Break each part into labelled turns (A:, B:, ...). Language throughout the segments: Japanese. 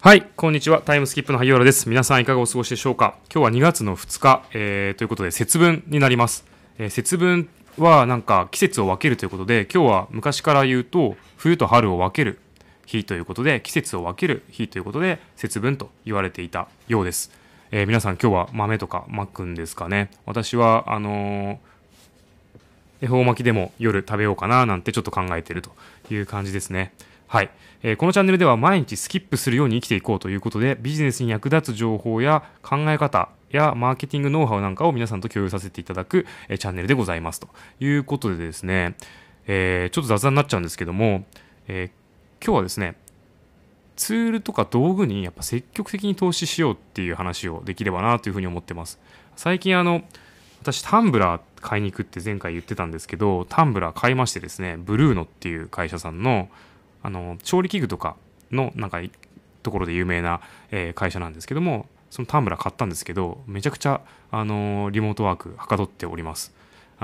A: はい、こんにちは。タイムスキップの萩原です。皆さんいかがお過ごしでしょうか。今日は2月の2日、ということで節分になります。節分はなんか季節を分けるということで、今日は昔から言うと冬と春を分ける日ということで、季節を分ける日ということで節分と言われていたようです。皆さん今日は豆とか巻くんですかね。私は恵方巻きでも夜食べようかななんてちょっと考えているという感じですね。はい、このチャンネルでは毎日スキップするように生きていこうということで、ビジネスに役立つ情報や考え方やマーケティングノウハウなんかを皆さんと共有させていただく、チャンネルでございますということでですね、ちょっと雑談になっちゃうんですけども、今日はですね、ツールとか道具にやっぱ積極的に投資しようっていう話をできればなというふうに思ってます。最近私タンブラー買いに行くって前回言ってたんですけど、タンブラー買いましてですね、ブルーノっていう会社さんの調理器具とかのなんかところで有名な、会社なんですけども、そのタンブラー買ったんですけど、めちゃくちゃリモートワークはかどっております。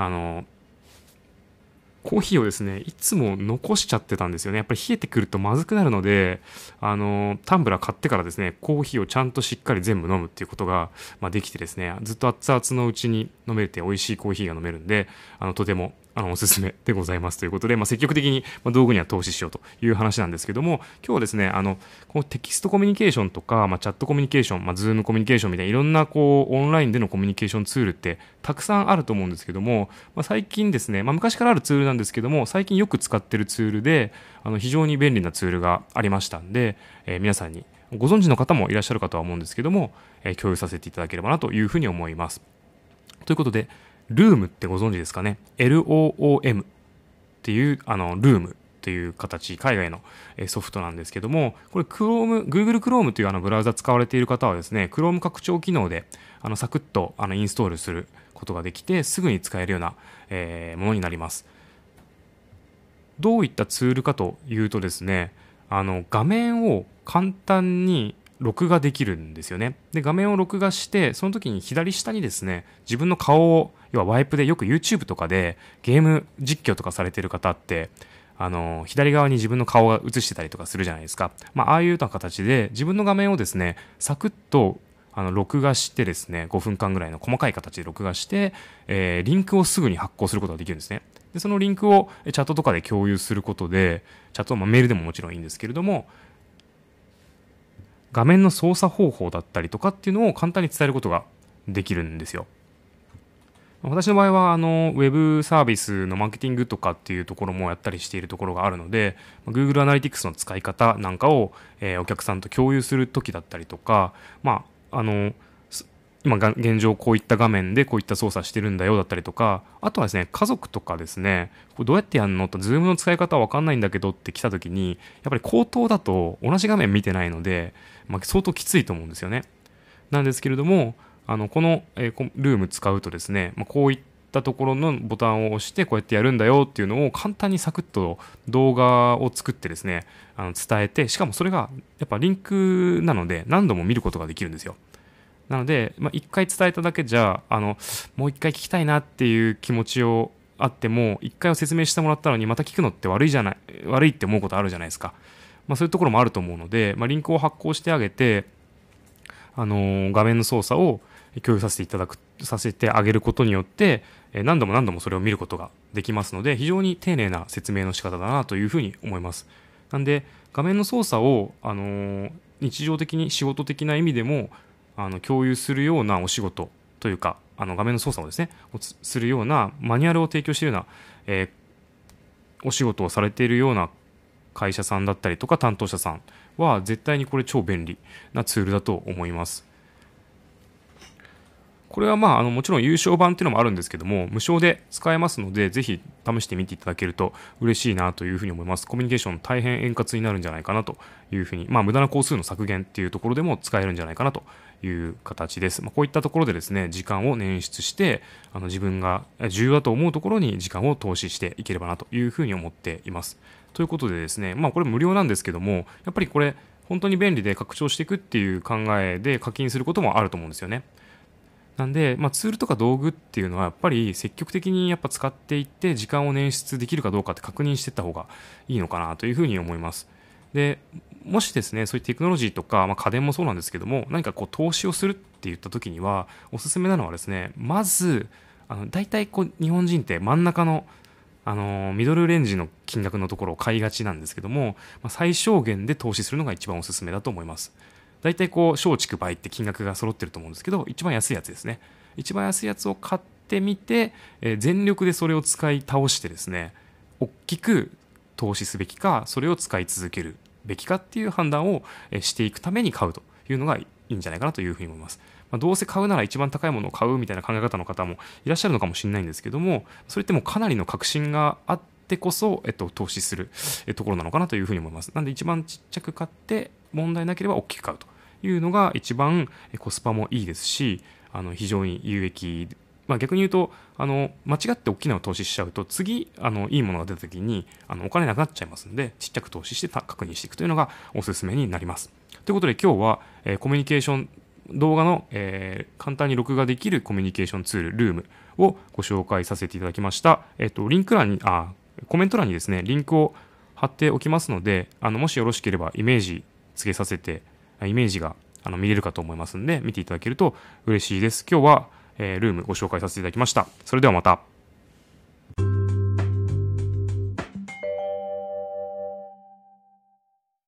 A: コーヒーをですね、いつも残しちゃってたんですよね。やっぱり冷えてくるとまずくなるので、タンブラー買ってからですね、コーヒーをちゃんとしっかり全部飲むっていうことが、できてですね、ずっと熱々のうちに飲めて美味しいコーヒーが飲めるんで、とてもおすすめでございますということで、積極的に道具には投資しようという話なんですけども、今日はですね、このテキストコミュニケーションとか、チャットコミュニケーション、ズームコミュニケーションみたいないろんなオンラインでのコミュニケーションツールってたくさんあると思うんですけども、最近ですね、昔からあるツールなんですけども、最近よく使っているツールで、非常に便利なツールがありましたんで、皆さんにご存知の方もいらっしゃるかとは思うんですけども、共有させていただければなというふうに思います。ということで、ルームってご存知ですかね。 LOOM っていうルームという形、海外のソフトなんですけども、これ Google Chrome というブラウザ使われている方はですね、Chrome 拡張機能でサクッとインストールすることができて、すぐに使えるような、ものになります。どういったツールかというとですね、画面を簡単に録画できるんですよね。で、画面を録画して、その時に左下にですね、自分の顔を、要はワイプで、よく YouTube とかでゲーム実況とかされている方って、左側に自分の顔が映してたりとかするじゃないですか。ああいうような形で、自分の画面をですね、サクッと録画してですね、5分間ぐらいの細かい形で録画して、リンクをすぐに発行することができるんですね。で、そのリンクをチャットとかで共有することで、チャットはメールでももちろんいいんですけれども、画面の操作方法だったりとかっていうのを簡単に伝えることができるんですよ。私の場合はウェブサービスのマーケティングとかっていうところもやったりしているところがあるので、 Google Analytics の使い方なんかを、お客さんと共有するときだったりとか、今現状こういった画面でこういった操作してるんだよだったりとか、あとはですね、家族とかですね、これどうやってやるのと、ズームの使い方は分かんないんだけどって来た時に、やっぱり口頭だと同じ画面見てないので、相当きついと思うんですよね。なんですけれども、この、ルーム使うとですね、こういったところのボタンを押してこうやってやるんだよっていうのを簡単にサクッと動画を作ってですね、伝えて、しかもそれがやっぱリンクなので何度も見ることができるんですよ。なので、一回伝えただけじゃもう一回聞きたいなっていう気持ちをあっても、一回を説明してもらったのにまた聞くのって悪いって思うことあるじゃないですか。そういうところもあると思うので、リンクを発行してあげて、画面の操作を共有させてあげることによって、何度も何度もそれを見ることができますので、非常に丁寧な説明の仕方だなというふうに思います。なんで、画面の操作を、日常的に仕事的な意味でも共有するようなお仕事というか、画面の操作をですねするようなマニュアルを提供しているような、お仕事をされているような会社さんだったりとか担当者さんは絶対にこれ超便利なツールだと思います。これはもちろん有償版っていうのもあるんですけども、無償で使えますので、ぜひ試してみていただけると嬉しいなというふうに思います。コミュニケーション大変円滑になるんじゃないかなというふうに、無駄な工数の削減っていうところでも使えるんじゃないかなという形です。こういったところでですね、時間を捻出して、自分が重要だと思うところに時間を投資していければなというふうに思っています。ということでですね、これ無料なんですけども、やっぱりこれ本当に便利で拡張していくっていう考えで課金することもあると思うんですよね。なんで、ツールとか道具っていうのはやっぱり積極的にやっぱ使っていって時間を捻出できるかどうかって確認していった方がいいのかなというふうに思います。 で、もしですね、そういうテクノロジーとか、家電もそうなんですけども、何かこう投資をするって言った時には、おすすめなのはですね、まず、大体こう日本人って真ん中の、ミドルレンジの金額のところを買いがちなんですけども、最小限で投資するのが一番おすすめだと思います。大体こう、小畜倍って金額が揃ってると思うんですけど、一番安いやつですね。一番安いやつを買ってみて、全力でそれを使い倒してですね、大きく投資すべきか、それを使い続けるべきかっていう判断をしていくために買うというのがいいんじゃないかなというふうに思います。どうせ買うなら一番高いものを買うみたいな考え方の方もいらっしゃるのかもしれないんですけども、それってもうかなりの確信があってこそ、投資するところなのかなというふうに思います。なんで一番ちっちゃく買って問題なければ大きく買うというのが一番コスパもいいですし、非常に有益。逆に言うと、間違って大きなのを投資しちゃうと、次、いいものが出た時に、お金なくなっちゃいますので、ちっちゃく投資して確認していくというのがおすすめになります。ということで今日は、コミュニケーション、動画の、簡単に録画できるコミュニケーションツール、ルームをご紹介させていただきました。リンク欄に、コメント欄にですね、リンクを貼っておきますので、もしよろしければイメージ付けさせて、イメージが見れるかと思いますので、見ていただけると嬉しいです。今日は、ルームご紹介させていただきました。それではまた。